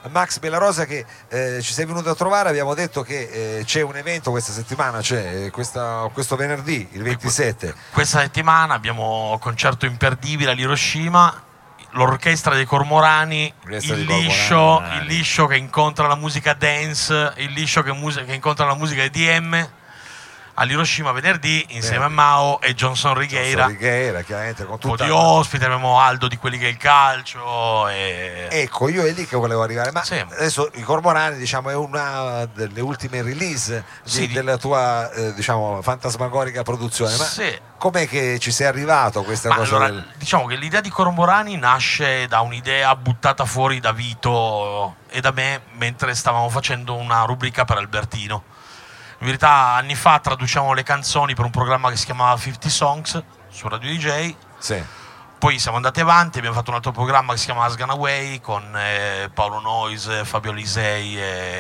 Max Bellarosa che ci sei venuto a trovare. Abbiamo detto che c'è un evento questa settimana, cioè questo venerdì, il 27. Questa settimana abbiamo un concerto imperdibile all'Hiroshima, l'orchestra dei Cormorani, il liscio che incontra la musica dance, il liscio che incontra la musica EDM all'Hiroshima venerdì insieme a Mao e Johnson Righeira, chiaramente con un po' di ospiti. Abbiamo Aldo di Quelli che è il calcio ecco, io è lì che volevo arrivare, ma sì. Adesso i Cormorani, diciamo, è una delle ultime release della tua diciamo fantasmagorica produzione, ma sì. Com'è che ci sei arrivato a questa cosa? Allora, diciamo che l'idea di Cormorani nasce da un'idea buttata fuori da Vito e da me mentre stavamo facendo una rubrica per Albertino. In verità anni fa traduciamo le canzoni per un programma che si chiamava 50 Songs su Radio DJ. Sì. Poi siamo andati avanti, abbiamo fatto un altro programma che si chiama Asgana Way con Paolo Noyes, Fabio Lisei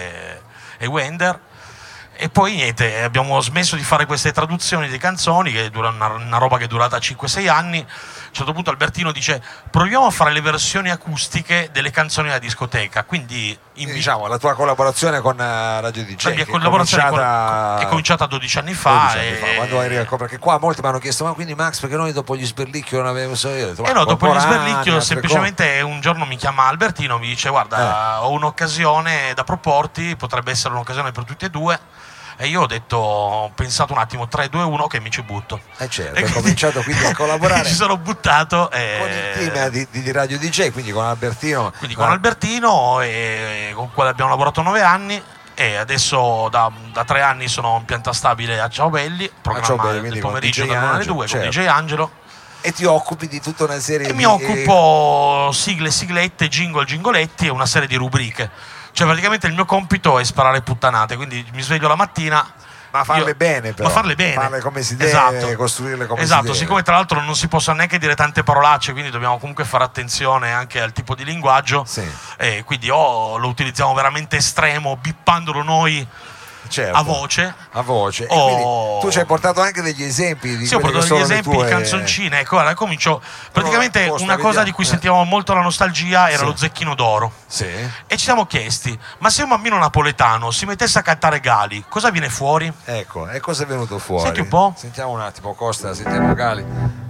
e Wender. E poi niente, abbiamo smesso di fare queste traduzioni di canzoni, che una roba che è durata 5-6 anni. A un certo punto Albertino dice: proviamo a fare le versioni acustiche delle canzoni da discoteca. Quindi diciamo la tua collaborazione con Radio DJ, la mia collaborazione è cominciata 12 anni fa. Quando eri perché qua molti mi hanno chiesto: ma quindi Max, perché noi dopo gli Sberlicchio non avevamo detto, no, dopo gli Sberlicchio semplicemente un giorno mi chiama Albertino, mi dice: guarda, ho un'occasione da proporti, potrebbe essere un'occasione per tutti e due. E io ho pensato un attimo, 3, 2, 1, che mi ci butto. Certo, ho cominciato quindi a collaborare. Ci sono buttato. Con il team di Radio DJ, quindi con Albertino. Quindi con Albertino, con cui abbiamo lavorato 9 anni. E adesso da 3 anni sono in pianta stabile a Ciao Belli, programma del pomeriggio dalle 1 alle 2 con DJ Angelo. E ti occupi di tutta una serie mi occupo sigle, siglette, jingle, jingoletti e una serie di rubriche. Cioè praticamente il mio compito è sparare puttanate, quindi mi sveglio la mattina. Ma farle bene, però. Ma farle bene. Farle come si deve, costruirle come si deve. Esatto, siccome tra l'altro non si possono neanche dire tante parolacce, quindi dobbiamo comunque fare attenzione anche al tipo di linguaggio. Sì. E quindi lo utilizziamo veramente estremo, bippandolo noi. Certo, a voce. E quindi tu ci hai portato anche degli esempi di ho portato degli esempi di canzoncine. Ecco, guarda, comincio. Praticamente una cosa di cui sentivamo molto la nostalgia era lo Zecchino d'Oro. Sì. E ci siamo chiesti: ma se un bambino napoletano si mettesse a cantare Gali, cosa viene fuori? Ecco, e cosa è venuto fuori? Senti un po'. Sentiamo un attimo, Costa, sentiamo Gali.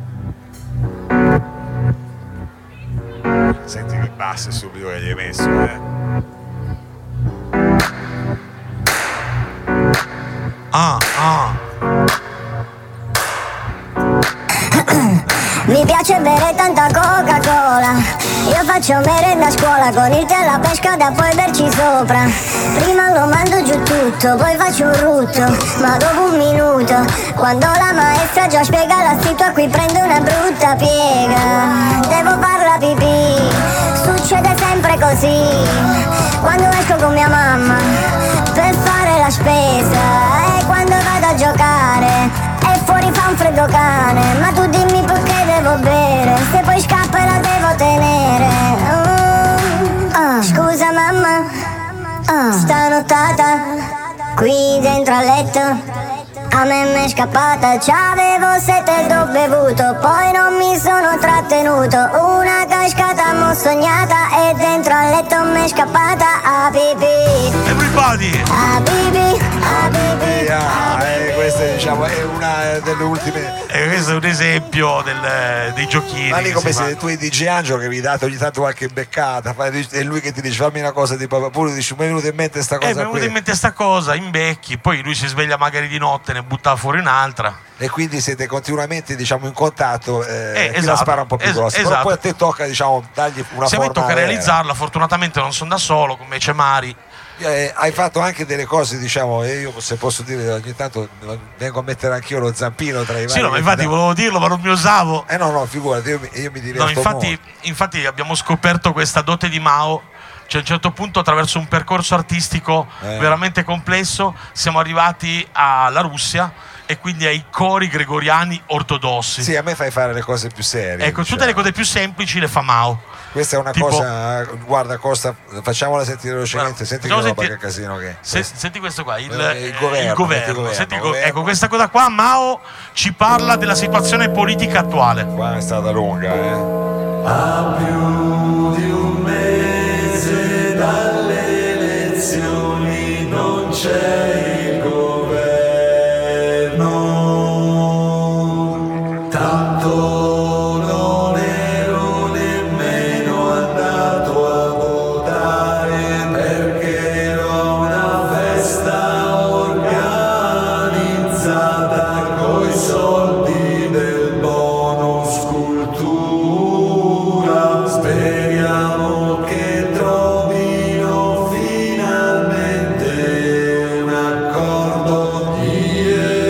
Senti che basse subito che gli hai messo, Mi piace bere tanta Coca-Cola, io faccio merenda a scuola con il tè alla pesca da poi berci sopra. Prima lo mando giù tutto, poi faccio un rutto, ma dopo un minuto, quando la maestra già spiega la situa, qui prende una brutta piega. Devo farla pipì, succede sempre così, quando esco con mia mamma per fare la spesa e quando vado a giocare e fuori fa un freddo cane. Ma tu dimmi perché devo bere, se poi scappa e la devo tenere. Scusa mamma, sta nottata qui dentro al letto a me m'è scappata. C'avevo sete ed ho bevuto, poi non mi sono trattenuto. Una cascata m'ho sognata e dentro al letto m'è scappata a pipì. Everybody! A pipì, a pipì. Questa diciamo è una delle ultime. Questo è un esempio dei giochini. Ma lì come se tu hai DJ Angelo che vi date ogni tanto qualche beccata, è lui che ti dice fammi una cosa di papà, pure dici mi è venuta in mente sta cosa. Mi è venuta in mente sta cosa, imbecchi, poi lui si sveglia magari di notte, ne butta fuori un'altra. E quindi siete continuamente diciamo in contatto, esatto, la spara un po' più grossa. Esatto. Però poi a te tocca diciamo dargli una forma. A me tocca vera. realizzarla, fortunatamente non sono da solo, come c'è Mari. Hai fatto anche delle cose, diciamo, e io se posso dire ogni tanto vengo a mettere anch'io lo zampino tra i vari. Sì, no, ma infatti volevo dirlo, ma non mi osavo. No, figurati, io mi diverto. No, infatti abbiamo scoperto questa dote di Mao. Cioè, a un certo punto, attraverso un percorso artistico veramente complesso, siamo arrivati alla Russia e quindi ai cori gregoriani ortodossi. Sì, a me fai fare le cose più serie. Ecco, tutte le cose più semplici le fa Mao. Questa è una cosa, guarda Costa, facciamola sentire velocemente, senti che roba, che casino che è. Senti questo qua, il governo. Ecco, questa cosa qua, Mao ci parla della situazione politica attuale. Qua è stata lunga, A più di un mese dalle c'è il governo, tanto non ero nemmeno andato a votare, perché era una festa organizzata coi soldi del bonus cultura. Speriamo che trovino finalmente un accordo gli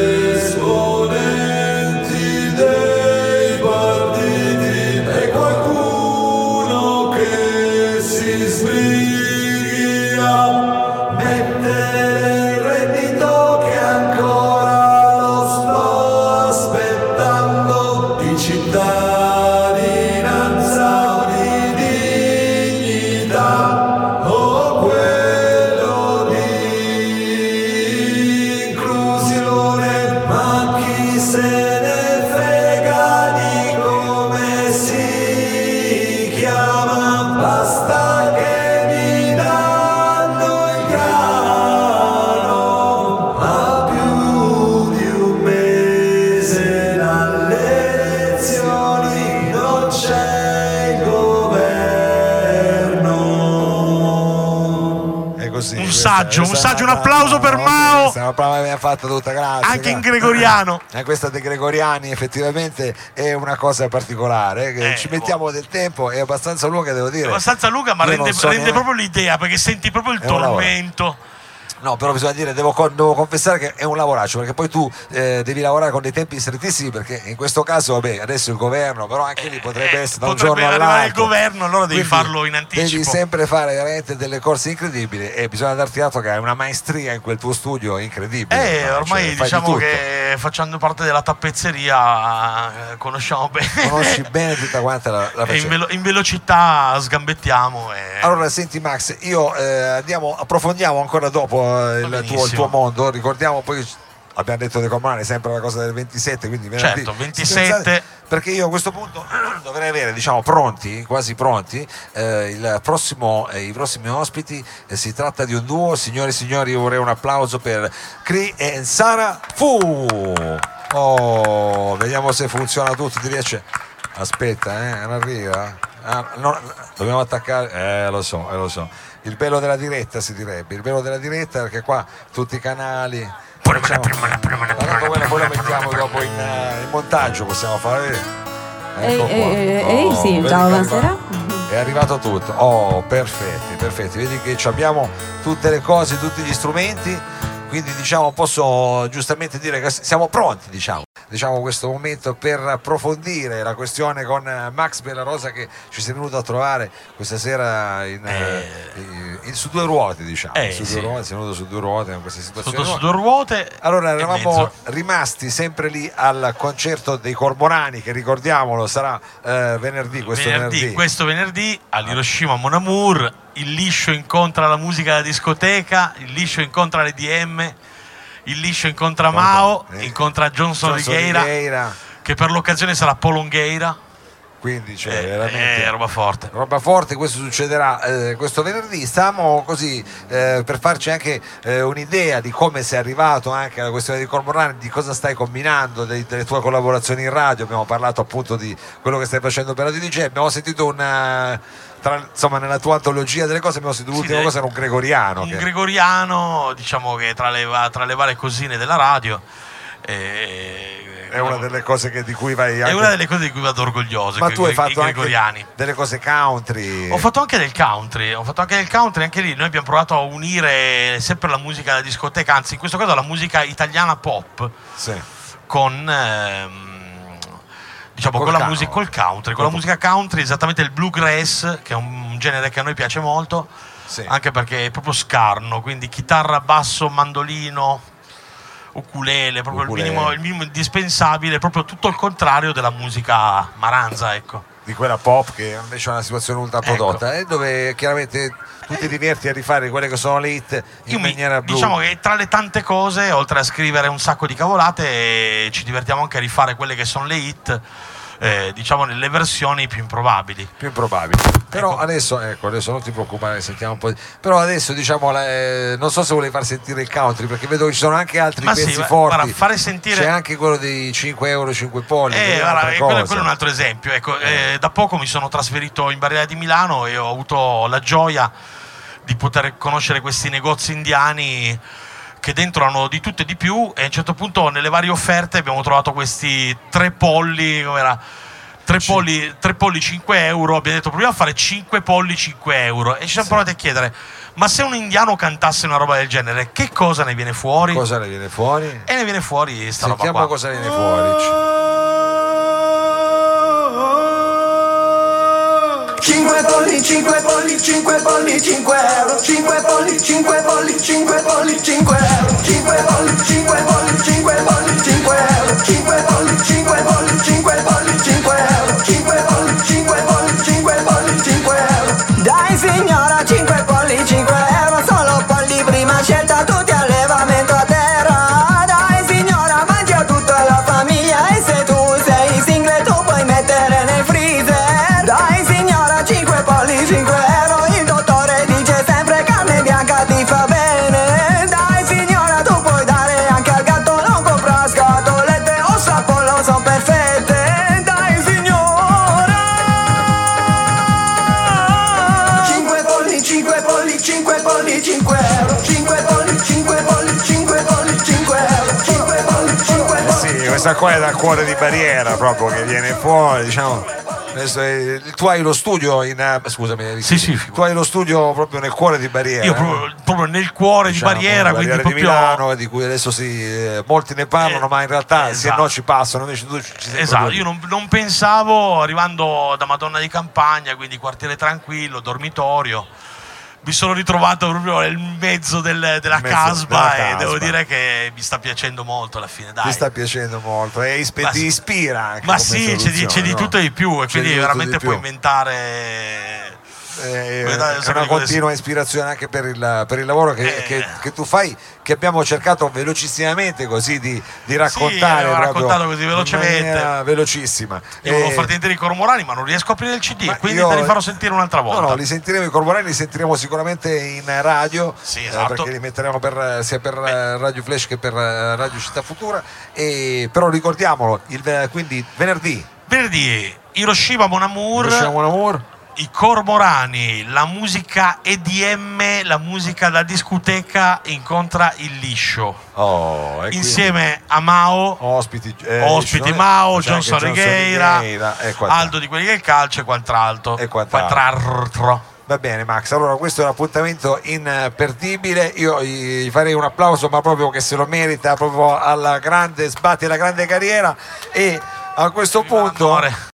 esponenti dei partiti e qualcuno che si sbrighi a mettere il reddito che ancora lo sto aspettando, di cittadinanza, di dignità o quello di inclusione, ma chi se ne frega di come si chiama, basta che mi danno il grano a più di un mese dalle elezioni. Non c'è il governo. È così. Un saggio, un applauso per Mao. L'abbiamo fatta tutta, grazie. Anche in gregoriano. Questa dei gregoriani effettivamente è una cosa particolare, che ci mettiamo del tempo, è abbastanza lunga, devo dire. È abbastanza lunga, ma Io non rende, so rende neanche- proprio l'idea, perché senti proprio il È un lavoro. tormento. No, però bisogna dire, devo confessare che è un lavoraccio, perché poi tu devi lavorare con dei tempi strettissimi, perché in questo caso, vabbè, adesso il governo, però anche lì potrebbe essere da un potrebbe giorno arrivare all'altro. il governo, allora devi Quindi farlo in anticipo. Devi sempre fare veramente delle corse incredibili e bisogna darti atto che hai una maestria in quel tuo studio incredibile. Ormai Cioè, fai diciamo di tutto. che facendo parte della tappezzeria conosciamo bene. Conosci bene tutta quanta la E faccenda. in velocità sgambettiamo. Allora senti Max, io approfondiamo ancora dopo il tuo mondo, ricordiamo poi, abbiamo detto di Comane, sempre la cosa del 27, quindi venerdì. Certo, 27. Perché io a questo punto dovrei avere, diciamo, quasi pronti, i prossimi ospiti. Si tratta di un duo, signore e signori, io vorrei un applauso per Cree e Sara Fu. Oh, vediamo se funziona tutto, ti riesce. Aspetta, non arriva. No, dobbiamo attaccare, lo so. Il bello della diretta, si direbbe, il bello della diretta, perché qua tutti i canali. Tanto quello poi lo mettiamo dopo in montaggio, possiamo fare. Ecco qua. Ehi, sì, vedi ciao, che buonasera. è arrivato tutto. Oh, perfetti. Vedi che abbiamo tutte le cose, tutti gli strumenti. Quindi diciamo posso giustamente dire che siamo pronti, diciamo questo momento per approfondire la questione con Max Bellarosa, che ci sei venuto a trovare questa sera su due ruote, diciamo. Sei venuto su due ruote in questa situazione. Su due ruote. Allora eravamo mezzo. rimasti sempre lì al concerto dei Cormorani, che ricordiamolo sarà questo venerdì all'Hiroshima Mon Amour. Il liscio incontra la musica da discoteca, il liscio incontra l'EDM, il liscio incontra Mao, incontra Johnson Righeira, che per l'occasione sarà Polongueira. Quindi veramente roba forte. Questo succederà questo venerdì. Stiamo così per farci anche un'idea di come sei arrivato anche alla questione di Cormorani, di cosa stai combinando, delle tue collaborazioni in radio. Abbiamo parlato appunto di quello che stai facendo per la DJ, abbiamo sentito nella tua antologia delle cose abbiamo sentito l'ultima cosa, era un gregoriano. Gregoriano, diciamo che tra le varie cosine della radio. È una delle cose di cui vai anche... È una delle cose di cui vado orgoglioso. Ma tu hai fatto anche gregoriani. delle cose country. Ho fatto anche del country, anche lì noi abbiamo provato a unire sempre la musica da discoteca, anzi in questo caso la musica italiana pop, sì, con col country, con la musica country, esattamente il bluegrass, che è un genere che a noi piace molto, sì, anche perché è proprio scarno, quindi chitarra, basso, mandolino, ukulele, proprio il minimo indispensabile, proprio tutto il contrario della musica maranza, ecco. Di quella pop che invece è una situazione ultra prodotta, ecco. Dove chiaramente tu ti diverti a rifare quelle che sono le hit in maniera blu. Diciamo che tra le tante cose, oltre a scrivere un sacco di cavolate, ci divertiamo anche a rifare quelle che sono le hit diciamo nelle versioni più improbabili. Però Ecco. adesso non ti preoccupare, sentiamo un po'. Però adesso diciamo non so se volevi far sentire il country, perché vedo che ci sono anche altri Ma pezzi sì, forti. guarda, fare sentire. C'è anche quello dei 5 euro 5 polli, Guarda, quello è un altro esempio. Ecco, da poco mi sono trasferito in Barriera di Milano e ho avuto la gioia di poter conoscere questi negozi indiani che dentro hanno di tutto e di più, e a un certo punto nelle varie offerte abbiamo trovato questi 3 polli, com'era? 3 polli 5 euro, abbiamo detto proviamo a fare 5 polli 5 euro e ci siamo provati a chiedere, ma se un indiano cantasse una roba del genere, che cosa ne viene fuori? Cosa ne viene fuori? E ne viene fuori sta roba Sentiamo qua. cosa viene fuori. 5 polli, 5 polli, 5 polli, 5 euro. 5 polli, 5 polli, 5 polli, 5 euro. 5 polli, 5 polli, 5 polli, 5 euro. 5 polli, 5 polli, 5 polli, 5 euro. 5 polli, 5 polli, 5 polli, 5 euro. Dai signora, 5 polli, 5 euro, solo polli prima scelta, tutti allevamento a terra. Dai signora, mangia tutta la famiglia e se tu sei single tu puoi mettere nel freezer. Dai signora, 5 polli, 5 euro, il dottore dice sempre carne bianca ti fa bene. Dai signora, tu puoi dare anche al gatto, non compra scatolette, ossa pollo sono perfette. Dai signora. 5 polli, 5 polli, 5 polli, 5 euro. 5 polli, 5 polli, 5 polli, 5 euro. 5 polli, 5 polli. Sì, questa qua è dal cuore di Barriera proprio che viene fuori, diciamo. Adesso tu hai lo studio scusami, Sì, tu hai lo studio proprio nel cuore di Barriera. Io proprio nel cuore Diciamo, di Barriera, quindi Barriera di proprio Milano, di cui adesso molti ne parlano, ma in realtà sì e esatto. no ci passano, invece tu ci sei esatto, proprio io non pensavo, arrivando da Madonna di Campagna, quindi quartiere tranquillo, dormitorio, mi sono ritrovato proprio nel mezzo della casba e devo dire che mi sta piacendo molto alla fine, dai. Mi sta piacendo molto e ti ispira anche Ma come sì, c'è di no? tutto e di più e C'è quindi di tutto veramente di più. puoi inventare. È una continua ispirazione anche per il lavoro che tu fai, che abbiamo cercato velocissimamente così di raccontare, ho proprio raccontato così velocemente. in maniera velocissima. Io volevo farti sentire i Cormorani, ma non riesco a aprire il CD, Ma quindi io- te li farò sentire un'altra volta. No, li sentiremo i Cormorani, li sentiremo sicuramente in radio, Sì, esatto. perché li metteremo sia per Radio Flash che per Radio Città Futura, però ricordiamolo, quindi venerdì Hiroshima Mon Amour, Mon Amour, i Cormorani, la musica EDM, la musica da discoteca incontra il liscio. e quindi Insieme a Mao, ospiti Mao, c'è anche Johnson Righeira, e quant'altro. Aldo di quelli che è il calcio e quant'altro. Va bene Max, allora questo è un appuntamento imperdibile, io gli farei un applauso, ma proprio che se lo merita, proprio alla grande carriera, e a questo Viva punto l'amore.